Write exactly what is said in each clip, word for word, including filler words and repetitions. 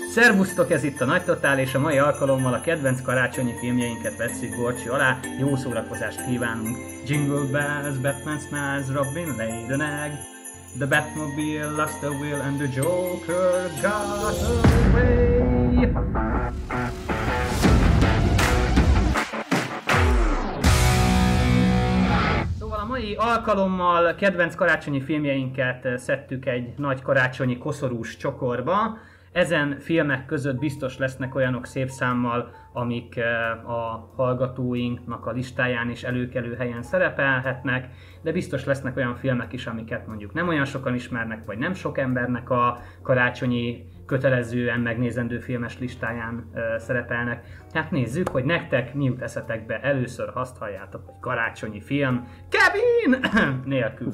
Szervusztok, ez itt a Nagy Totál, és a mai alkalommal a kedvenc karácsonyi filmjeinket vesszük górcső alá. Jó szórakozást kívánunk! Jingle bells, Batman smiles, Robin laid an egg. The Batmobile lost the wheel and the Joker got away. Szóval a mai alkalommal kedvenc karácsonyi filmjeinket szedtük egy nagy karácsonyi koszorús csokorba. Ezen filmek között biztos lesznek olyanok szép számmal, amik a hallgatóinknak a listáján is előkelő helyen szerepelhetnek, de biztos lesznek olyan filmek is, amiket mondjuk nem olyan sokan ismernek, vagy nem sok embernek a karácsonyi kötelezően megnézendő filmes listáján uh, szerepelnek. Hát nézzük, hogy nektek mi jut eszetekbe először, azt halljátok, hogy karácsonyi film Kevin nélkül.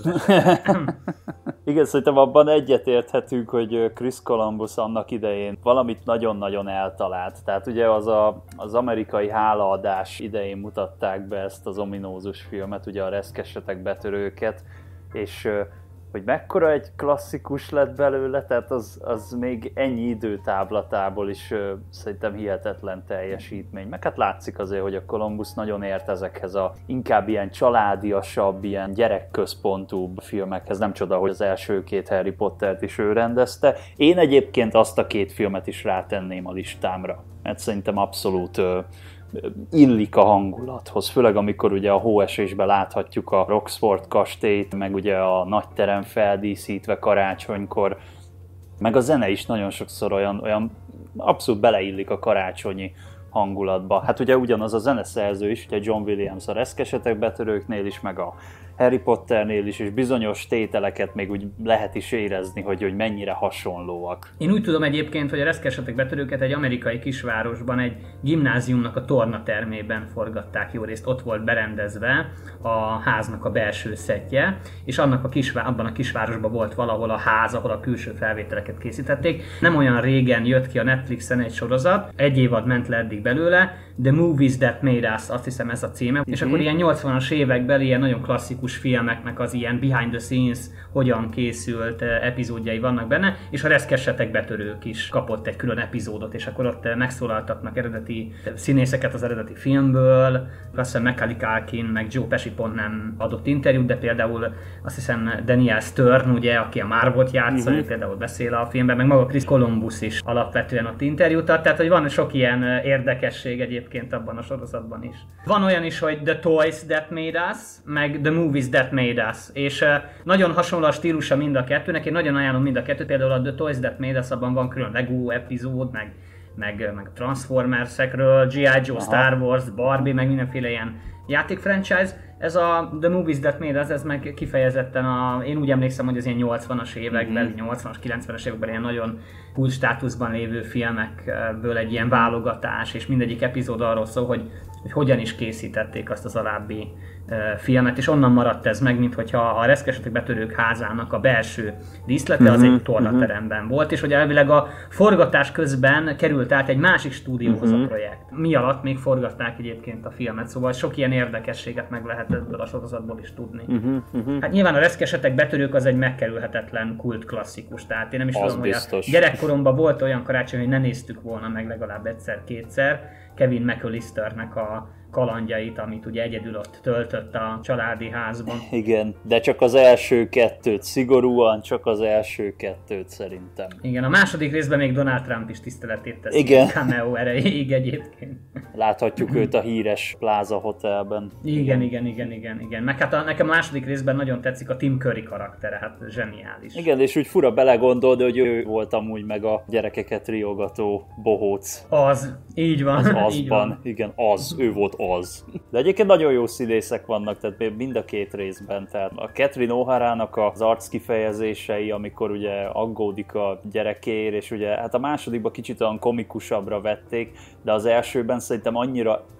Igen, szerintem abban egyetérthetünk, hogy Chris Columbus annak idején valamit nagyon-nagyon eltalált. Tehát ugye az a, az amerikai hálaadás idején mutatták be ezt az ominózus filmet, ugye a Reszkessetek betörőket, és hogy mekkora egy klasszikus lett belőle, tehát az, az még ennyi időtáblatából is uh, szerintem hihetetlen teljesítmény. Meg hát látszik azért, hogy a Columbus nagyon ért ezekhez a inkább ilyen családiasabb, ilyen gyerekközpontú filmekhez. Nem csoda, hogy az első két Harry Pottert is ő rendezte. Én egyébként azt a két filmet is rátenném a listámra, mert szerintem abszolút uh, illik a hangulathoz, főleg amikor ugye a hóesésben láthatjuk a Roxford kastélyt, meg ugye a nagy terem feldíszítve karácsonykor, meg a zene is nagyon sokszor olyan, olyan abszolút beleillik a karácsonyi hangulatba. Hát ugye ugyanaz a zeneszerző is, ugye John Williams a Reszkesetek betörőknél is, meg a Harry Potternél is, és bizonyos tételeket még úgy lehet is érezni, hogy, hogy mennyire hasonlóak. Én úgy tudom egyébként, hogy a Reszkesetek betörőket egy amerikai kisvárosban, egy gimnáziumnak a tornatermében forgatták, jó részt ott volt berendezve a háznak a belső szettje, és annak a kisvá- abban a kisvárosban volt valahol a ház, ahol a külső felvételeket készítették. Nem olyan régen jött ki a Netflixen egy sorozat, egy évad ment le eddig belőle, The Movies That Made Us, azt hiszem ez a címe, mm-hmm. és akkor ilyen nyolcvanas években ilyen nagyon klasszikus filmeknek az ilyen behind the scenes, hogyan készült epizódjai vannak benne, és a Reszkessetek betörők is kapott egy külön epizódot, és akkor ott megszólaltatnak eredeti színészeket az eredeti filmből, azt hiszem Macaulay Culkin, meg Joe Pesci pont nem adott interjút, de például azt hiszem Daniel Stern, ugye, aki a Marvot játsza, mm-hmm. ő például beszél a filmben, meg maga Chris Columbus is alapvetően ott interjút ad, tehát hogy van sok ilyen érdekesség egyébként abban a sorozatban is. Van olyan is, hogy The Toys That Made Us, meg The Movies That Made Us, és uh, nagyon hasonló a stílusa mind a kettőnek, én nagyon ajánlom mind a kettőt, például a The Toys That Made Us, abban van külön Lego epizód, meg, meg, meg Transformersekről, G I. Joe, Aha. Star Wars, Barbie, meg mindenféle ilyen játékfranchise. Ez a The Movies That Made Us, ez meg kifejezetten a, én úgy emlékszem, hogy az ilyen nyolcvanas években, mm-hmm. nyolcvanas, kilencvenes években ilyen nagyon kult státuszban lévő filmekből egy ilyen válogatás, és mindegyik epizód arról szól, hogy, hogy hogyan is készítették azt az alábbi uh, filmet, és onnan maradt ez meg, mint hogyha a Reszkesetek betörők házának a belső díszlete mm-hmm. az egy tornateremben mm-hmm. volt, és hogy elvileg a forgatás közben került át egy másik stúdióhoz mm-hmm. a projekt. Mi alatt még forgatták egyébként a filmet, szóval sok ilyen érdekességet meg lehet ebből a sorozatból is tudni. Uh-huh, uh-huh. Hát nyilván a Reszkesetek betörők az egy megkerülhetetlen kult klasszikus, tehát én nem is az tudom, biztos. Hogy a gyerekkoromban volt olyan karácsony, hogy ne néztük volna meg legalább egyszer-kétszer Kevin McAllisternek a kalandjait, amit ugye egyedül ott töltött a családi házban. Igen, de csak az első kettőt, szigorúan csak az első kettőt szerintem. Igen, a második részben még Donald Trump is tiszteletét teszi. Igen. Cameo erejéig egyébként. Láthatjuk őt a híres Plaza Hotelben. Igen, igen, igen, igen, igen. igen. Meg hát a, nekem a második részben nagyon tetszik a Tim Curry karaktere, hát zseniális. Igen, és úgy fura belegondolni, hogy ő volt amúgy meg a gyerekeket riogató bohóc. Az, így van. Az azban, így van. Igen, az, ő volt az. De egyébként nagyon jó színészek vannak, tehát mind a két részben. Tehát a Catherine O'Hara-nak az arc kifejezései, amikor ugye aggódik a gyerekér, és ugye hát a másodikban kicsit olyan komikusabbra vették, de az elsőben szerintem annyira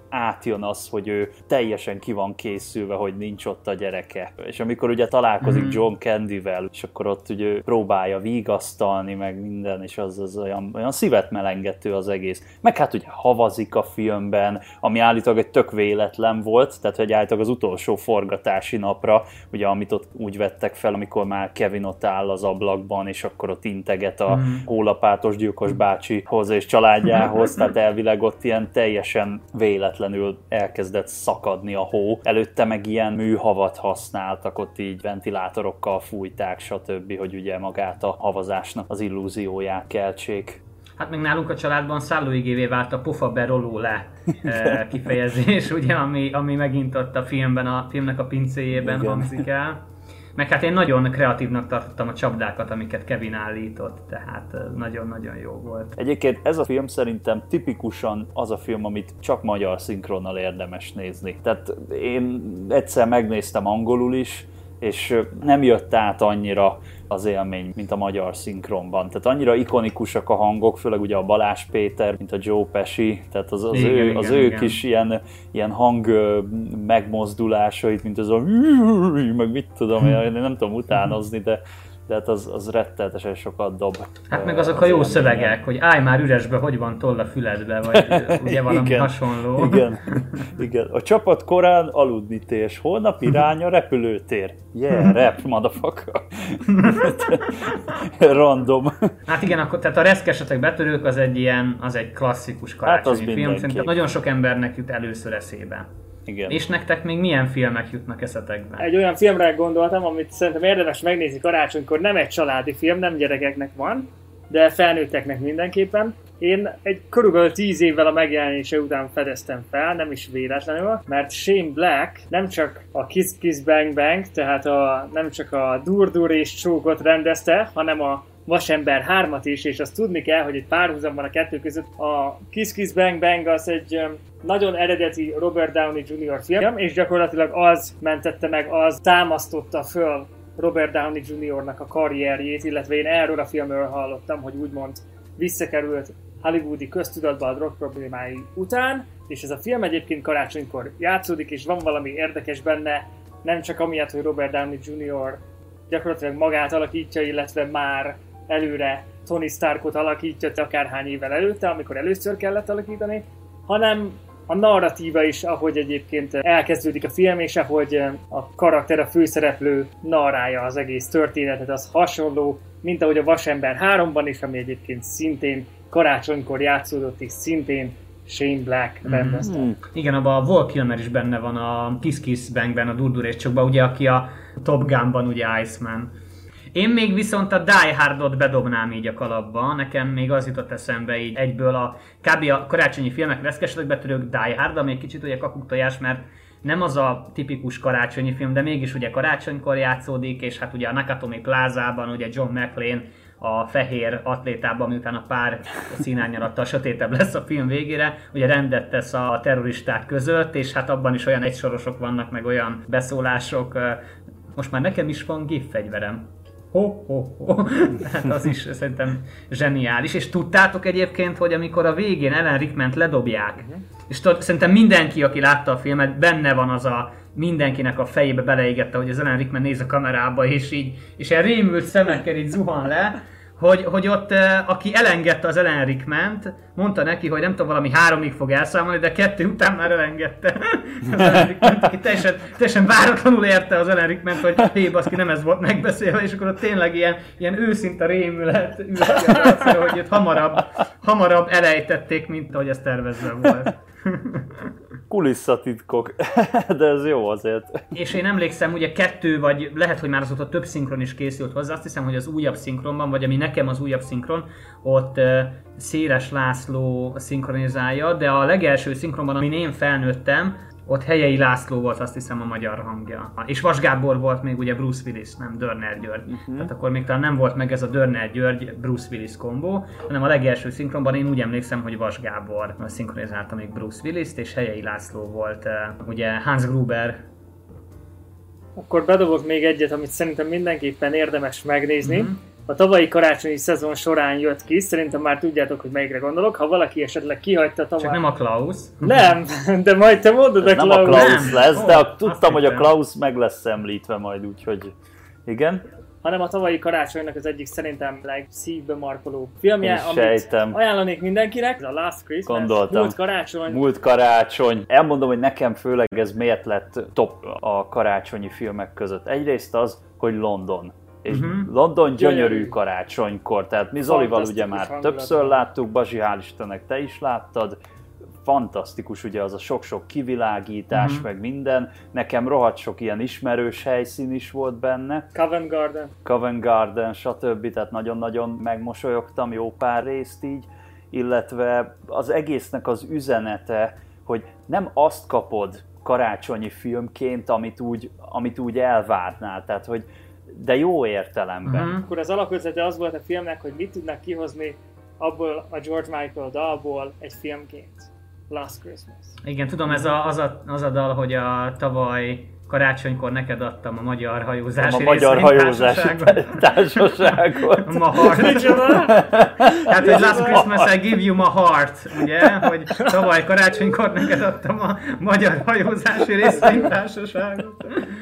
átjön az, hogy ő teljesen ki van készülve, hogy nincs ott a gyereke. És amikor ugye találkozik mm. John Candyvel, és akkor ott ugye próbálja vigasztalni, meg minden, és az, az olyan, olyan szívet melengető az egész. Meg hát ugye havazik a filmben, ami állítólag egy tök véletlen volt, tehát hogy állítólag az utolsó forgatási napra, ugye amit ott úgy vettek fel, amikor már Kevin ott áll az ablakban, és akkor ott integet a mm. hólapátos gyilkos bácsihoz és családjához, tehát elvileg ott ilyen teljesen véletlenül elkezdett szakadni a hó. Előtte meg ilyen műhavat használtak, ott így ventilátorokkal fújták, stb., hogy ugye magát a havazásnak az illúzióját keltsék. Hát meg nálunk a családban szállóigévé vált a pofa beroló le kifejezés, ugye, ami, ami megint ott a filmben, a filmnek a pincéjében Igen. hangzik el. Meg hát én nagyon kreatívnak tartottam a csapdákat, amiket Kevin állított, tehát nagyon-nagyon jó volt. Egyébként ez a film szerintem tipikusan az a film, amit csak magyar szinkronnal érdemes nézni. Tehát én egyszer megnéztem angolul is, és nem jött át annyira az élmény, mint a magyar szinkronban. Tehát annyira ikonikusak a hangok, főleg ugye a Balázs Péter, mint a Joe Pesci, tehát az, az, igen, ő, igen, az igen. ő kis ilyen, ilyen hang megmozdulásait, mint az a meg mit tudom, én nem tudom utánozni, de de hát az, az rettenetesen sokat dob. Hát meg azok az a jó szövegek, hogy állj már üresbe, hogy van toll a füledbe, vagy ugye valami igen, hasonló. Igen, igen. A csapat korán aludni térs, holnap irány a repülőtér. Yeah, rap, motherfucker. Random. Hát igen, akkor, tehát a Reszkesetek betörők az egy ilyen, az egy klasszikus karácsonyi hát film, szerintem nagyon sok embernek jut először eszébe. Igen. És nektek még milyen filmek jutnak eszetekbe? Egy olyan filmre gondoltam, amit szerintem érdemes megnézni karácsonykor, nem egy családi film, nem gyerekeknek van, de felnőtteknek mindenképpen. Én egy körülbelül tíz évvel a megjelenése után fedeztem fel, nem is véletlenül, mert Shane Black nem csak a Kiss Kiss Bang Bang, tehát a, nem csak a Dur Dur és Csókot rendezte, hanem a Vasember hármat is, és azt tudni kell, hogy egy párhuzamban a kettő között a Kiss Kiss Bang Bang az egy nagyon eredeti Robert Downey junior film, és gyakorlatilag az mentette meg, az támasztotta föl Robert Downey juniornak a karrierjét, illetve én erről a filmről hallottam, hogy úgymond visszakerült hollywoodi köztudatba a drog problémái után, és ez a film egyébként karácsonykor játszódik, és van valami érdekes benne, nem csak amiatt, hogy Robert Downey junior gyakorlatilag magát alakítja, illetve már előre Tony Starkot alakítja akárhány évvel előtte, amikor először kellett alakítani, hanem a narratíva is, ahogy egyébként elkezdődik a film, és ahogy a karakter, a főszereplő narrálja az egész történetet, az hasonló, mint ahogy a Vasember háromban is, ami egyébként szintén karácsonykor játszódott, és szintén Shane Black rendezte. Mm-hmm. Igen, abban a Val Kilmer is benne van a Kiss Kiss Bangben, a Dur Dur és Csókban, ugye, aki a Top Gunban ugye Iceman. Én még viszont a Die Hardot bedobnám így a kalapba, nekem még az jutott eszembe így egyből a kb. A karácsonyi filmek Reszkesetek betörők, Die Hard, ami egy kicsit ugye kakuktojás, mert nem az a tipikus karácsonyi film, de mégis ugye karácsonykor játszódik, és hát ugye a Nakatomi Plázában ugye John McClane a fehér atlétában, miután a pár színárnyalattal sötétebb lesz a film végére, ugye rendet tesz a terroristák között, és hát abban is olyan egysorosok vannak, meg olyan beszólások. Most már nekem is van gépfegyverem. Ho, ho, ho. Hát az is szerintem zseniális. És tudtátok egyébként, hogy amikor a végén Alan Rickmant ledobják, uh-huh. és tudod, szerintem mindenki, aki látta a filmet, benne van az a mindenkinek a fejébe beleégette, hogy az Alan Rickman néz a kamerába, és így, és ilyen rémült szemekkel így zuhan le, hogy, hogy ott, aki elengedte az Alan Rickmant, mondta neki, hogy nem tudom, valami háromig fog elszámolni, de kettő után már elengedte az Alan Rickmant, aki teljesen, teljesen váratlanul érte az Alan Rickmant, hogy hé, baszki, nem ez volt megbeszélve, és akkor ott tényleg ilyen, ilyen őszinte rémület ült ki az arcra, hogy ott hamarabb, hamarabb elejtették, mint ahogy ez tervezve volt. Kulisszatitkok, de ez jó azért. És én emlékszem, ugye kettő, vagy lehet, hogy már azóta több szinkron is készült hozzá, azt hiszem, hogy az újabb szinkronban, vagy ami nekem az újabb szinkron, ott uh, Széles László szinkronizálja, de a legelső szinkronban, amin én felnőttem, ott Helyei László volt, azt hiszem, a magyar hangja. És Vas Gábor volt még ugye Bruce Willis, nem Dörner György. Uh-huh. Tehát akkor még talán nem volt meg ez a Dörner György Bruce Willis kombó, hanem a legelső szinkronban én úgy emlékszem, hogy Vas Gábor szinkronizálta még Bruce Willis-t, és Helyei László volt uh, ugye Hans Gruber. Akkor bedobok még egyet, amit szerintem mindenképpen érdemes megnézni. Uh-huh. a tavalyi karácsonyi szezon során jött ki, szerintem már tudjátok, hogy melyikre gondolok, ha valaki esetleg kihagyta tavaly... Csak nem a Klaus. Nem, de majd te mondod a nem Klaus. Nem a Klaus lesz, oh, de a, tudtam, hogy a hittem. Klaus meg lesz említve majd, úgyhogy igen. Hanem a tavalyi karácsonynak az egyik szerintem legszívbe markoló filmje, Én amit sejtem. ajánlanék mindenkinek. Ez a Last Christmas, Gondoltam. múlt karácsony. Múlt karácsony. Elmondom, hogy nekem főleg ez miért lett top a karácsonyi filmek között. Egyrészt az, hogy London. És uh-huh. London gyönyörű, gyönyörű karácsonykor. Tehát mi Zolival ugye már hangulat. Többször láttuk, Bazsi, hál' Istennek te is láttad. Fantasztikus ugye az a sok-sok kivilágítás, uh-huh. meg minden. Nekem rohadt sok ilyen ismerős helyszín is volt benne. Covent Garden. Covent Garden, stb. Tehát nagyon-nagyon megmosolyogtam jó pár részt így. Illetve az egésznek az üzenete, hogy nem azt kapod karácsonyi filmként, amit úgy, amit úgy elvárnál. Tehát, hogy de jó értelemben. Uh-huh. Akkor az alapötlete az volt a filmnek, hogy mit tudnak kihozni abból a George Michael dalból egy filmként. Last Christmas. Igen, tudom, ez a, az, a, az a dal, hogy a tavaly karácsonykor neked adtam a magyar hajózási a magyar hajózási társaságot. Ma heart. Tehát, hogy Last Christmas I give you my heart, ugye? Hogy tavaly karácsonykor neked adtam a magyar hajózási részvénytársaságot.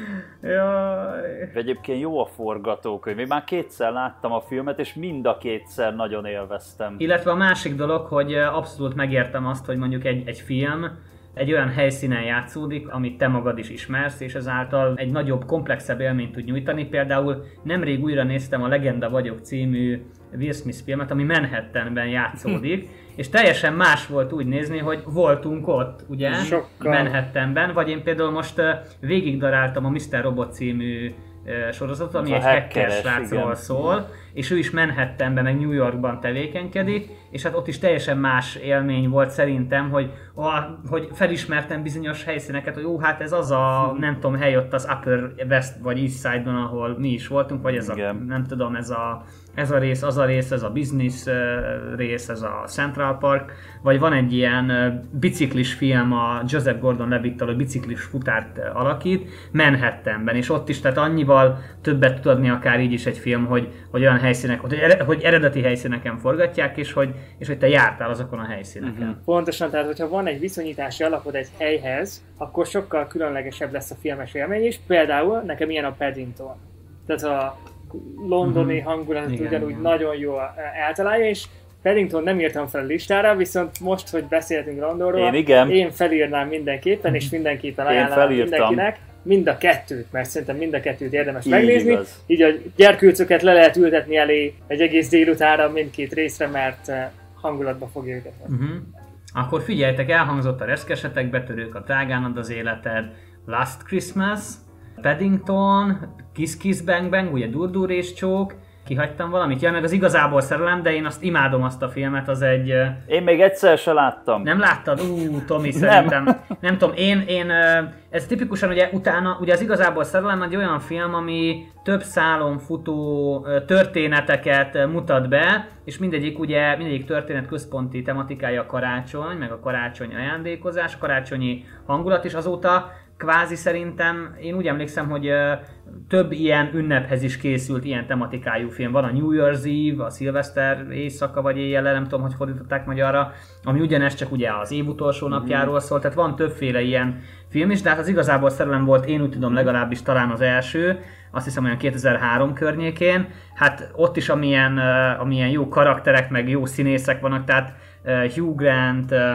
Jaj. Egyébként jó a forgatókönyv. Én már kétszer láttam a filmet, és mind a kétszer nagyon élveztem. Illetve a másik dolog, hogy abszolút megértem azt, hogy mondjuk egy, egy film egy olyan helyszínen játszódik, amit te magad is ismersz, és ezáltal egy nagyobb, komplexebb élményt tud nyújtani. Például nemrég újra néztem a Legenda vagyok című Will Smith filmet, ami Manhattanben játszódik, és teljesen más volt úgy nézni, hogy voltunk ott, ugye? Sokkal. Manhattanben, vagy én például most uh, végigdaráltam a miszter Robot című uh, sorozatot, ami a egy hacker srácról szól, és ő is Manhattanben, meg New Yorkban tevékenykedik, és hát ott is teljesen más élmény volt szerintem, hogy, hogy felismertem bizonyos helyszíneket, hogy ó, hát ez az a, nem tudom, hely ott az Upper West vagy East Side-on, ahol mi is voltunk, vagy ez a, nem tudom, ez a, ez a rész, az a rész, ez a business rész, ez a Central Park, vagy van egy ilyen biciklis film a Joseph Gordon-Levittől, hogy biciklis futárt alakít Manhattanben, és ott is, tehát annyival többet tud adni akár így is egy film, hogy, hogy olyan helyszínek, hogy, hogy eredeti helyszíneken forgatják, és hogy, és hogy te jártál azokon a helyszíneken. Uh-huh. Pontosan, tehát hogyha van egy viszonyítási alapod egy helyhez, akkor sokkal különlegesebb lesz a filmes élmény is. Például nekem ilyen a Paddington. Tehát a londoni uh-huh. hangulatot igen, ugyanúgy igen. nagyon jól eltalálja, és Paddington nem írtam fel a listára, viszont most, hogy beszéltünk Londonról, én, igen. én felírnám mindenképpen, és mindenképpen ajánlom mindenkinek. Mind a kettőt, mert szerintem mind a kettőt érdemes így megnézni. Igaz. Így a gyerkőcöket le lehet ültetni elé egy egész délutánra mindkét részre, mert hangulatba fogja őket. Uh-huh. Akkor figyeljetek, elhangzott a Reszkesetek, Betörők a tágánad az életed, Last Christmas, Paddington, Kiss Kiss Bang Bang, ugye Durdur és Csók, kihagytam valamit? Ja, meg az Igazából szerelem, de én azt imádom azt a filmet, az egy... Én még egyszer se láttam. Nem láttad? Ú, Tomi, szerintem. Nem. nem tudom, én, én... Ez tipikusan ugye utána, ugye az Igazából szerelem egy olyan film, ami több szálon futó történeteket mutat be, és mindegyik ugye, mindegyik történet központi tematikája a karácsony, meg a karácsony ajándékozás, a karácsonyi hangulat, és azóta kvázi szerintem, én úgy emlékszem, hogy uh, több ilyen ünnephez is készült ilyen tematikájú film. Van a New Year's Eve, a szilveszter éjszaka vagy éjjel, nem tudom, hogy fordították magyarra, ami ugyanez csak ugye az év utolsó napjáról szól, tehát van többféle ilyen film is, de hát az Igazából szerelem volt, én úgy tudom legalábbis talán az első, azt hiszem olyan kétezer-három környékén, hát ott is amilyen, uh, amilyen jó karakterek, meg jó színészek vannak, tehát uh, Hugh Grant, uh,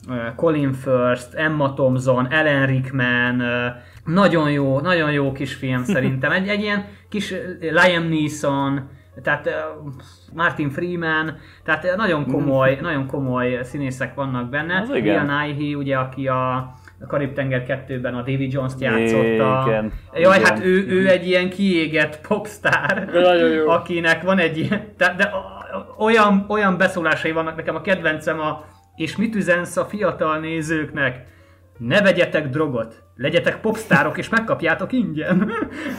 Colin Firth, Emma Thompson, Alan Rickman, nagyon jó, nagyon jó kis film szerintem. Egy, egy ilyen kis Liam Neeson, tehát Martin Freeman, tehát nagyon komoly, nagyon komoly színészek vannak benne. Ian Nighy, ugye, aki a Karib-tenger kettőben a Davy Jones-t játszotta. Igen, Jaj, igen. hát ő, ő egy ilyen kiégett popstar, akinek van egy ilyen, de, de olyan, olyan beszólásai vannak, nekem a kedvencem a és mit üzensz a fiatal nézőknek? Ne vegyetek drogot, legyetek popstárok és megkapjátok ingyen.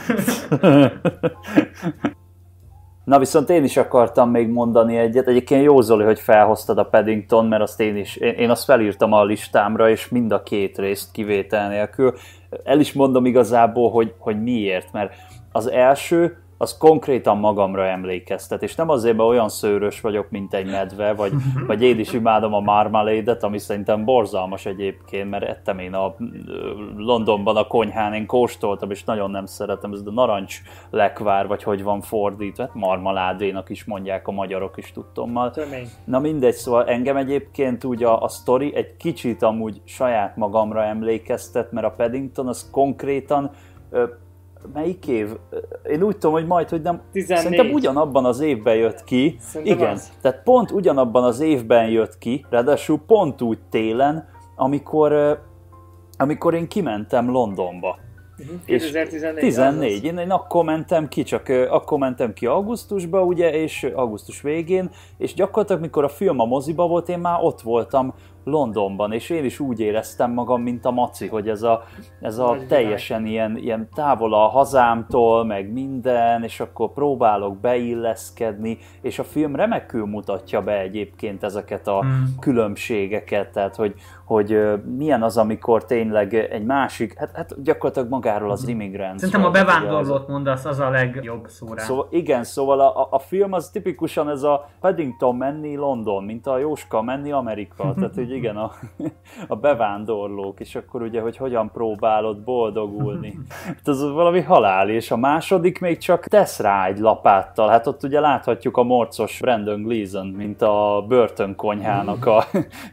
Na viszont én is akartam még mondani egyet. Egyébként jó, Zoli, hogy felhoztad a Paddington, mert azt én is, én, én azt felírtam a listámra, és mind a két részt kivétel nélkül. El is mondom igazából, hogy, hogy miért, mert az első az konkrétan magamra emlékeztet, és nem azért, mert olyan szőrös vagyok, mint egy medve, vagy, vagy én is imádom a marmalédet, ami szerintem borzalmas egyébként, mert ettem én a Londonban a konyhán, én kóstoltam, és nagyon nem szeretem, ez a narancs lekvár, vagy hogy van fordítva, marmaládénak is mondják a magyarok is tudtommal. Tömény. Na mindegy, szóval engem egyébként úgy a, a sztori egy kicsit amúgy saját magamra emlékeztet, mert a Paddington az konkrétan ö, melyik év? Én úgy tudom, hogy majd, hogy nem... tizennégy. Szerintem ugyanabban az évben jött ki. Szerintem igen, az. tehát pont ugyanabban az évben jött ki, ráadásul pont úgy télen, amikor, ö, amikor én kimentem Londonba. kétezer-tizennégy. tizennégy. Én, én akkor mentem ki, csak uh, akkor mentem ki augusztusba, ugye, és uh, augusztus végén, és gyakorlatilag mikor a film a moziba volt, én már ott voltam Londonban, és én is úgy éreztem magam, mint a Maci, hogy ez a, ez a teljesen ilyen, ilyen távol a hazámtól, meg minden, és akkor próbálok beilleszkedni, és a film remekül mutatja be egyébként ezeket a hmm. különbségeket, tehát hogy, hogy uh, milyen az, amikor tényleg egy másik, hát, hát gyakorlatilag magáról az immigrants. Szerintem a bevándorlót mondasz, az a legjobb szó rá. Szóval, igen, szóval a, a film az tipikusan ez a Paddington menni London, mint a Jóska menni Amerika, tehát hogy igen, a, a bevándorlók, és akkor ugye, hogy hogyan próbálod boldogulni. Hát az valami halál, és a második még csak tesz rá egy lapáttal, hát ott ugye láthatjuk a morcos Brandon Gleeson, mint a börtönkonyhának a,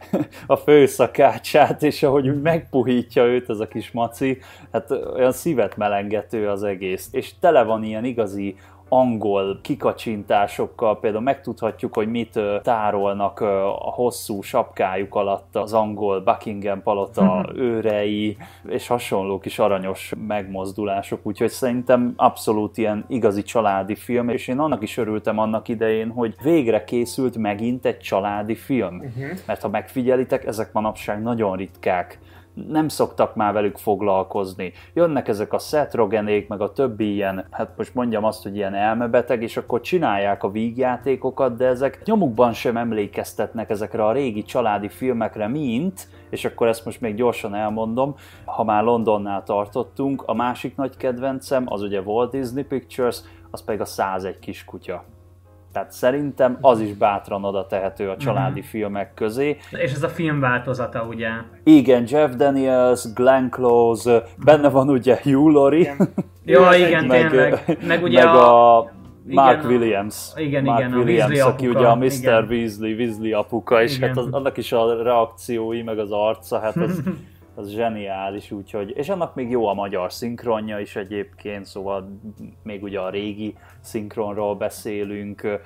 a főszakácsát, és ahogy úgy megpuhítja őt ez a kis Maci, hát olyan szívet melengető az egész, és tele van ilyen igazi angol kikacsintásokkal, például megtudhatjuk, hogy mit tárolnak a hosszú sapkájuk alatt az angol Buckingham palota őrei, és hasonló kis aranyos megmozdulások, úgyhogy szerintem abszolút ilyen igazi családi film, és én annak is örültem annak idején, hogy végre készült megint egy családi film, mert ha megfigyelitek, ezek manapság nagyon ritkák. Nem szoktak már velük foglalkozni. Jönnek ezek a Seth Rogenék, meg a többi ilyen, hát most mondjam azt, hogy ilyen elmebeteg, és akkor csinálják a vígjátékokat, de ezek nyomukban sem emlékeztetnek ezekre a régi családi filmekre, mint, és akkor ezt most még gyorsan elmondom, ha már Londonnál tartottunk, a másik nagy kedvencem, az ugye Walt Disney Pictures, az pedig a százegy kiskutya. Tehát szerintem az is bátran oda tehető a családi uh-huh. filmek közé. És ez a film változata, ugye? Igen, Jeff Daniels, Glenn Close, benne van ugye Hugh Laurie. Jó, igen, meg, tényleg. Meg ugye meg a... a Mark igen, Williams. Igen, Mark igen, Williams, a Weasley aki apuka. ugye a miszter Igen. Weasley, Weasley apuka, és igen. hát az, annak is a reakciói, meg az arca, hát az, az zseniális, úgyhogy, és annak még jó a magyar szinkronja is egyébként, szóval még ugye a régi szinkronról beszélünk,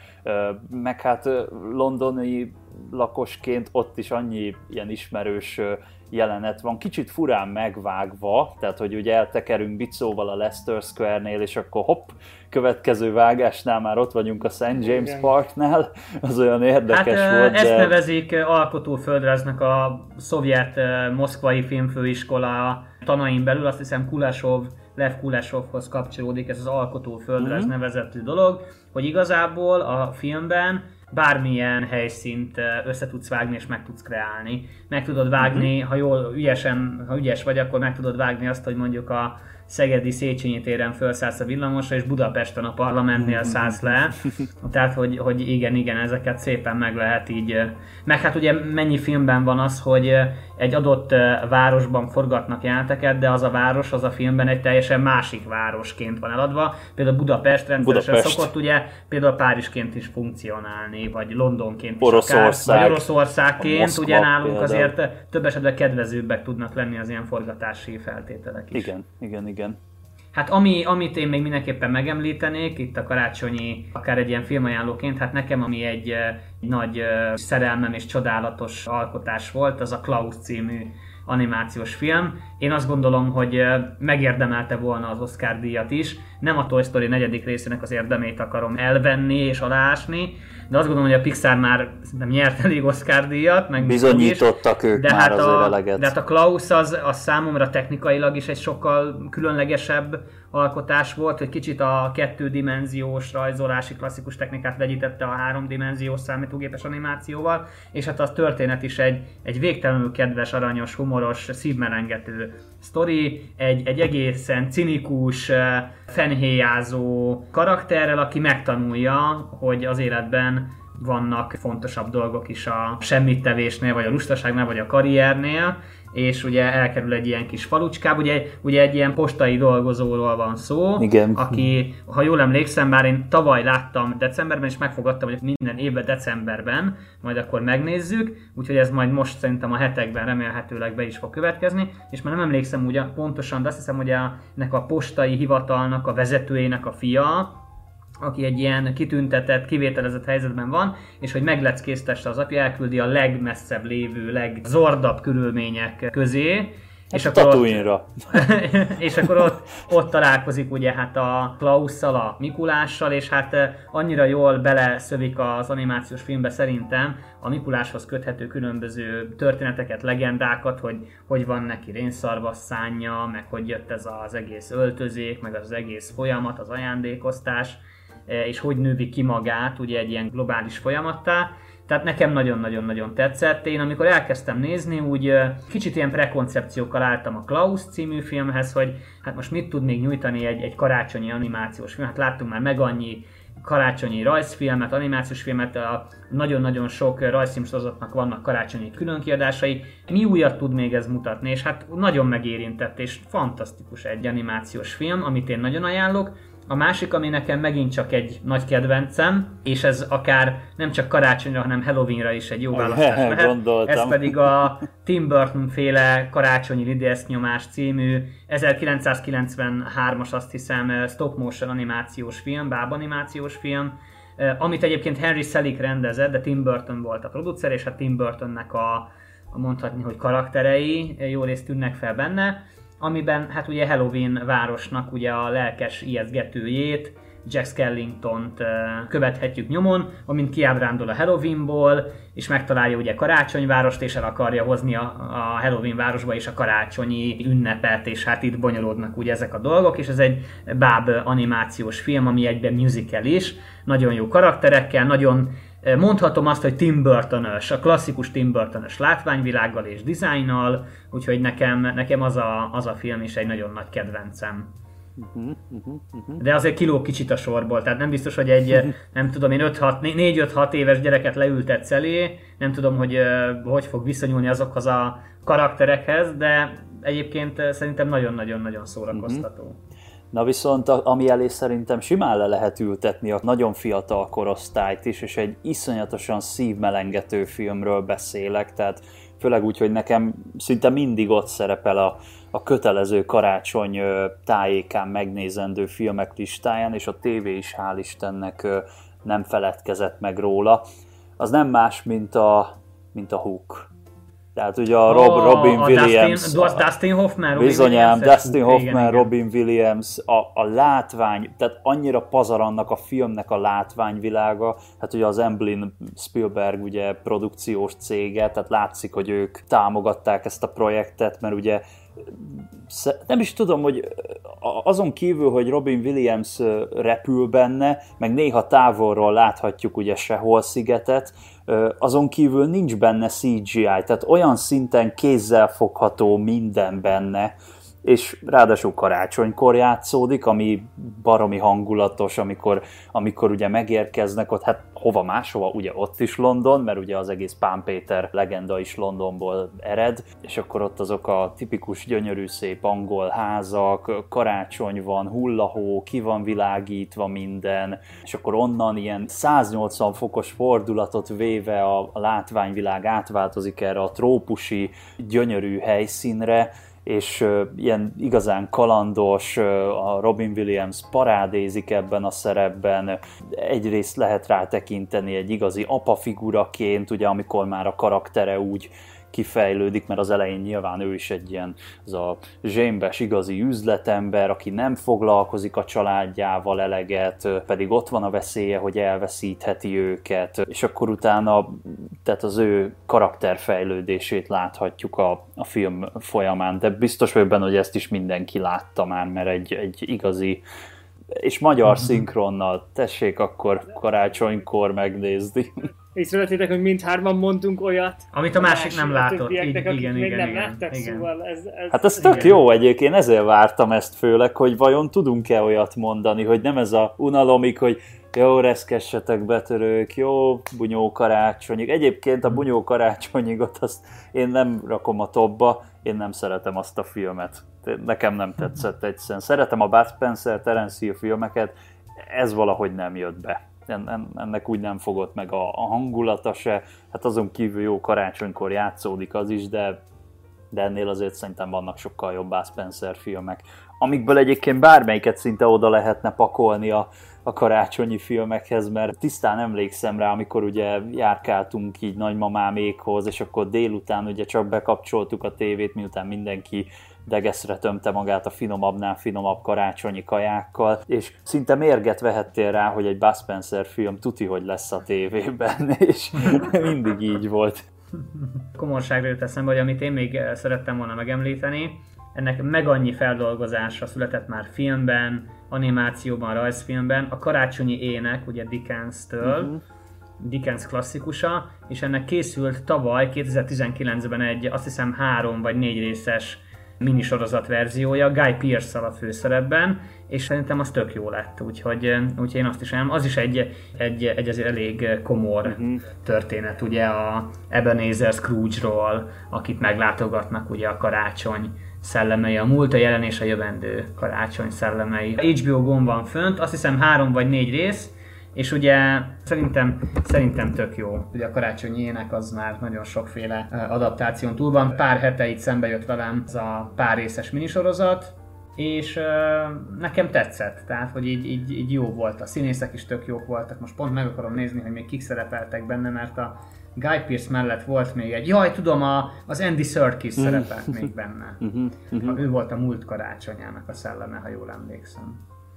meg hát londoni lakosként ott is annyi ilyen ismerős jelenet van, kicsit furán megvágva, tehát hogy ugye eltekerünk Bicóval a Leicester Square-nél, és akkor hopp, következő vágásnál már ott vagyunk a Saint James igen. Parknál, az olyan érdekes hát, volt. Ezt de... nevezik alkotóföldrajznak a szovjet moszkvai filmfőiskola tanain belül, azt hiszem Kulesov, Lev Kulesovhoz kapcsolódik ez az alkotóföldrajz mm-hmm. nevezetű dolog, hogy igazából a filmben bármilyen helyszínt össze tudsz vágni és meg tudsz kreálni. Meg tudod vágni, mm-hmm. ha jól ügyesen, ha ügyes vagy, akkor meg tudod vágni azt, hogy mondjuk a szegedi Széchenyi téren felszállsz a villamosra, és Budapesten a parlamentnél szállsz le. Tehát, hogy, hogy igen, igen, ezeket szépen meg lehet így. Meg hát ugye mennyi filmben van az, hogy egy adott városban forgatnak jeleneteket, de az a város, az a filmben egy teljesen másik városként van eladva. Például Budapest rendszeresen Budapest. szokott ugye például Párizsként is funkcionálni, vagy Londonként is Oroszország. akár, vagy Oroszországként. Moszkva, ugye nálunk például. Azért több esetben kedvezőbbek tudnak lenni az ilyen forgatási feltételek is. Igen, igen, igen. Hát ami, amit én még mindenképpen megemlítenék, itt a karácsonyi, akár egy ilyen filmajánlóként, hát nekem ami egy, egy nagy szerelmem és csodálatos alkotás volt, az a Klaus című animációs film. Én azt gondolom, hogy megérdemelte volna az Oscar díjat is. Nem a Toy Story negyedik részének az érdemét akarom elvenni és aláásni, de azt gondolom, hogy a Pixar már szerintem nyert elég Oscar díjat, meg bizonyítottak ők de már hát azért a, eleget. De hát a Klaus az, az számomra technikailag is egy sokkal különlegesebb alkotás volt, hogy kicsit a kettődimenziós rajzolási klasszikus technikát vegyítette a háromdimenziós számítógépes animációval, és hát a történet is egy, egy végtelenül kedves, aranyos, humoros, szívmelengető sztori egy, egy egészen cinikus, fenhéjázó karakterrel, aki megtanulja, hogy az életben vannak fontosabb dolgok is a semmittevésnél, vagy a lustaságnál, vagy a karriernél, és ugye elkerül egy ilyen kis falucskába, ugye, ugye egy ilyen postai dolgozóról van szó, igen. Aki, ha jól emlékszem, bár én tavaly láttam decemberben, és megfogadtam, hogy minden évben decemberben, majd akkor megnézzük, úgyhogy ez majd most szerintem a hetekben remélhetőleg be is fog következni, és már nem emlékszem ugye pontosan, de azt hiszem, hogy a, ennek a postai hivatalnak a vezetőjének a fia, aki egy ilyen kitüntetett, kivételezett helyzetben van, és hogy megleckéztesse az apja, elküldi a legmesszebb lévő, legzordabb körülmények közé, és hát akkor, ott, és akkor ott, ott találkozik ugye hát a Klausszal, a Mikulással, és hát annyira jól beleszövik az animációs filmbe szerintem a Mikuláshoz köthető különböző történeteket, legendákat, hogy hogy van neki rénszarvasszánja, meg hogy jött ez az egész öltözék, meg az egész folyamat, az ajándékoztás, és hogy nővi ki magát ugye egy ilyen globális folyamattá. Tehát nekem nagyon-nagyon-nagyon tetszett. Én amikor elkezdtem nézni, úgy kicsit ilyen prekoncepciókkal álltam a Klaus című filmhez, hogy hát most mit tud még nyújtani egy, egy karácsonyi animációs film. Hát láttunk már meg annyi karácsonyi rajzfilmet, animációs filmet, a nagyon-nagyon sok rajzfilmsorozatnak vannak karácsonyi különkiadásai. Mi újat tud még ez mutatni, és hát nagyon megérintett, és fantasztikus egy animációs film, amit én nagyon ajánlok. A másik, ami nekem megint csak egy nagy kedvencem, és ez akár nem csak karácsonyra, hanem Halloweenra is egy jó választás lehet. Gondoltam. Ez pedig a Tim Burton féle Karácsonyi lidércnyomás című ezerkilencszázkilencvenhármas, azt hiszem, stop motion animációs film, bábanimációs film, amit egyébként Henry Selick rendezett, de Tim Burton volt a producer, és a Tim Burtonnek a, a mondhatni, hogy karakterei jó részt tűnnek fel benne, amiben hát ugye Halloween városnak ugye a lelkes ijesztgetőjét, Jack Skellingtont követhetjük nyomon, amint kiábrándul a Halloweenból, és megtalálja ugye Karácsonyvárost, és el akarja hozni a, a Halloween városba is a karácsonyi ünnepet, és hát itt bonyolódnak ugye ezek a dolgok, és ez egy báb animációs film, ami egyben musical is, nagyon jó karakterekkel, nagyon mondhatom azt, hogy Tim Burton-ös, a klasszikus Tim Burton-ös látványvilággal és dizájnnal, úgyhogy nekem, nekem az, a, az a film is egy nagyon nagy kedvencem. Uh-huh, uh-huh, uh-huh. De azért kilóg kicsit a sorból, tehát nem biztos, hogy egy, nem tudom én, négy-öt-hat éves gyereket leültetsz elé, nem tudom, hogy hogy fog viszonyulni azokhoz a karakterekhez, de egyébként szerintem nagyon-nagyon-nagyon szórakoztató. Uh-huh. Na viszont ami elé szerintem simán le lehet ültetni a nagyon fiatal korosztályt is, és egy iszonyatosan szívmelengető filmről beszélek, tehát főleg úgy, hogy nekem szinte mindig ott szerepel a, a kötelező karácsony tájékán megnézendő filmek listáján, és a tévé is hál' Istennek nem feledkezett meg róla. Az nem más, mint a, mint a Hook. Tehát ugye a Rob, oh, Robin a Williams... Dustin, a, Dustin Hoffman, bizonyám, Dustin Hoffman, igen, igen. Robin Williams, a, a látvány, tehát annyira pazar annak a filmnek a látványvilága, hát ugye az Amblin Spielberg ugye produkciós cége, tehát látszik, hogy ők támogatták ezt a projektet, mert ugye nem is tudom, hogy azon kívül, hogy Robin Williams repül benne, meg néha távolról láthatjuk ugye Sehol szigetet, azon kívül nincs benne cé gé í, tehát olyan szinten kézzel fogható minden benne, és ráadásul karácsonykor játszódik, ami baromi hangulatos, amikor, amikor ugye megérkeznek ott, hát hova máshova, ugye ott is London, mert ugye az egész Pán Péter legenda is Londonból ered, és akkor ott azok a tipikus gyönyörű szép angol házak, karácsony van, hullahó, ki van világítva minden, és akkor onnan ilyen száznyolcvan fokos fordulatot véve a, a látványvilág átváltozik erre a trópusi gyönyörű helyszínre, és uh, ilyen igazán kalandos, uh, a Robin Williams parádézik ebben a szerepben, egyrészt lehet rá tekinteni egy igazi apafiguraként, ugye amikor már a karaktere úgy kifejlődik, mert az elején nyilván ő is egy ilyen az a zsémbes igazi üzletember, aki nem foglalkozik a családjával eleget, pedig ott van a veszélye, hogy elveszítheti őket, és akkor utána tehát az ő karakterfejlődését láthatjuk a, a film folyamán, de biztos vagyok benne, hogy ezt is mindenki látta már, mert egy, egy igazi és magyar szinkronnal, tessék akkor karácsonykor megnézni. Észrevettétek, hogy mindhárman mondtunk olyat, amit a másik nem látott. Többieknek, Igen, akik igen, még igen, nem igen, láttak, igen. szóval ez, ez... Hát ez tök igen. jó egyébként, ezért vártam ezt főleg, hogy vajon tudunk-e olyat mondani, hogy nem ez a unalomig, hogy jó, reszkessetek betörők, jó, bunyó karácsonyig. Egyébként a bunyó karácsonyigot azt én nem rakom a topba, én nem szeretem azt a filmet. Nekem nem tetszett egyszerűen. Szeretem a Bud Spencer, Terence Hill filmeket, ez valahogy nem jött be. Ennek úgy nem fogott meg a, a hangulata se, hát azon kívül jó karácsonykor játszódik az is, de, de ennél azért szerintem vannak sokkal jobb Bud Spencer filmek, amikből egyébként bármelyiket szinte oda lehetne pakolni a, a karácsonyi filmekhez, mert tisztán emlékszem rá, amikor ugye járkáltunk így nagymamámékhoz, és akkor délután ugye csak bekapcsoltuk a tévét, miután mindenki degeszre tömte magát a finomabbnál finomabb karácsonyi kajákkal, és szinte mérget vehettél rá, hogy egy Bud Spencer film tuti, hogy lesz a tévében, és mindig így volt. Komorságra jut eszembe, hogy amit én még szerettem volna megemlíteni, ennek meg annyi feldolgozása született már filmben, animációban, rajzfilmben, a karácsonyi ének, ugye Dickens-től, uh-huh. Dickens klasszikusa, és ennek készült tavaly, kétezer-tizenkilencben egy, azt hiszem három vagy négy részes minisorozat verziója, Guy Pearce-szal a főszerepben, és szerintem az tök jó lett, úgyhogy, úgyhogy én azt is elmondom. Az is egy, egy, egy azért elég komor uh-huh. történet, ugye a Ebenezer Scrooge-ról, akit meglátogatnak ugye a karácsony szellemei, a múlt, a jelen és a jövendő karácsony szellemei. há bé o Go-n van fönt, azt hiszem három vagy négy rész, és ugye szerintem, szerintem tök jó. Ugye a karácsonyi ének az már nagyon sokféle adaptáción túl van. Pár hete itt szembe jött velem ez a pár részes minisorozat, és uh, nekem tetszett, tehát hogy így, így, így jó volt. A színészek is tök jók voltak. Most pont meg akarom nézni, hogy még kik szerepeltek benne, mert a Guy Pearce mellett volt még egy, jaj tudom, a, az Andy Serkis mm. szerepelt még benne. Mm-hmm, mm-hmm. Ő volt a múlt karácsonyának a szelleme, ha jól emlékszem.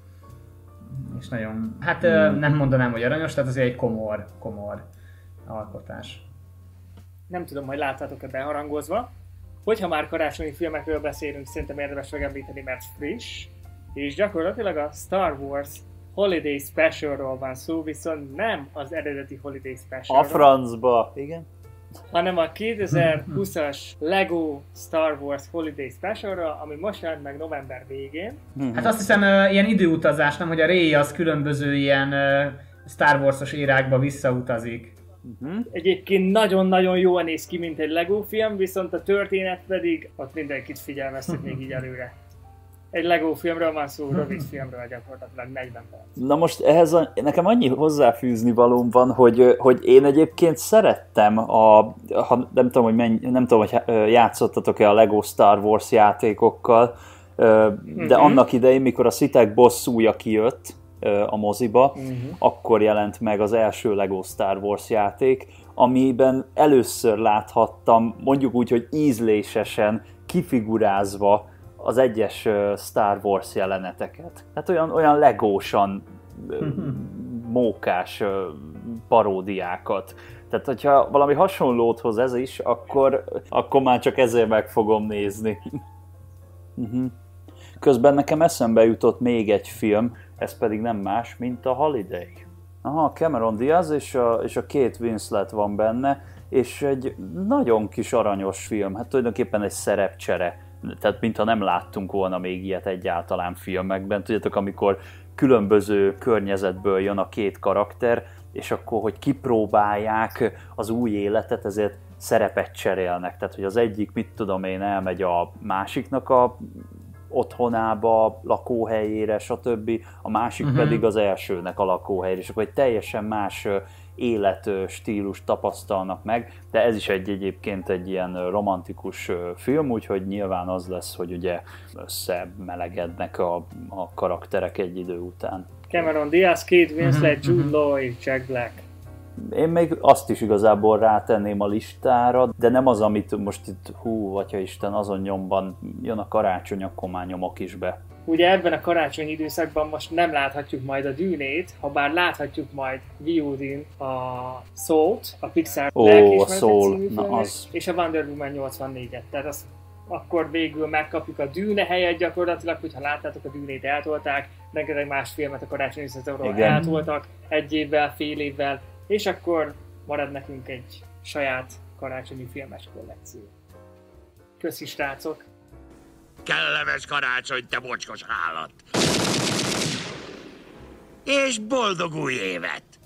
És nagyon, hát mm. nem mondanám, hogy aranyos, tehát azért egy komor, komor alkotás. Nem tudom, hogy láttátok-e beharangozva. Hogyha már karácsonyi filmekről beszélünk, szerintem érdemes megemlíteni, mert friss, és gyakorlatilag a Star Wars Holiday Specialról van szó, viszont nem az eredeti Holiday Specialról. A francba, igen. Hanem a kétezer-húszas Lego Star Wars Holiday Specialra, ami most jelent meg november végén. Hát azt hiszem uh, ilyen időutazás, nem, hogy a Rey az különböző ilyen uh, Star Wars-os érákba visszautazik. Uh-huh. Egyébként nagyon-nagyon jól néz ki, mint egy Lego film, viszont a történet pedig ott mindenkit figyelmeztet még így előre. Egy Lego filmről van szó, rövid filmről gyakorlatilag negyven perc. Na most ehhez a, nekem annyi hozzáfűzni valóm van, hogy, hogy én egyébként szerettem a, ha, nem tudom, hogy mennyi, nem tudom, hogy játszottatok-e a Lego Star Wars játékokkal, de uh-huh. annak idején, mikor a szitek bosszúja kijött a moziba, uh-huh. akkor jelent meg az első Lego Star Wars játék, amiben először láthattam, mondjuk úgy, hogy ízlésesen kifigurázva az egyes Star Wars jeleneteket. Hát olyan, olyan legósan mókás paródiákat. Tehát, hogyha valami hasonlót hoz ez is, akkor, akkor már csak ezért meg fogom nézni. Közben nekem eszembe jutott még egy film, ez pedig nem más, mint a Holiday. Aha, Cameron Diaz és a, és a Kate Winslet van benne, és egy nagyon kis aranyos film, hát tulajdonképpen egy szerepcsere. Tehát mintha nem láttunk volna még ilyet egyáltalán filmekben. Tudjátok, amikor különböző környezetből jön a két karakter, és akkor, hogy kipróbálják az új életet, ezért szerepet cserélnek. Tehát, hogy az egyik, mit tudom én, elmegy a másiknak a otthonába, lakóhelyére, stb. A másik uh-huh. pedig az elsőnek a lakóhelyére, és akkor egy teljesen más életstílus tapasztalnak meg, de ez is egy egyébként egy ilyen romantikus film, úgyhogy nyilván az lesz, hogy ugye összemelegednek a, a karakterek egy idő után. Cameron Diaz, Kate Winslet, Jude Law és Jack Black. Én még azt is igazából rátenném a listára, de nem az, amit most itt, hú, atyaisten, azon nyomban jön a karácsony, akkor már nyomok is be. Ugye ebben a karácsonyi időszakban most nem láthatjuk majd a Dűnét, ha bár láthatjuk majd vé o dén a Soul-t, a Pixar Ó, lelkiismeretet Soul. című Na, filmet, az. és a Wonder Woman nyolcvannégyet. Tehát azt akkor végül megkapjuk a Dűne helyet gyakorlatilag, hogyha láttátok, a Dűnét eltolták, rengeteg más filmet a karácsonyi szezonról eltoltak, egy évvel, fél évvel, és akkor marad nekünk egy saját karácsonyi filmes kollekció. Köszi, srácok! Kellemes karácsony, te bocskos állat! És boldog új évet!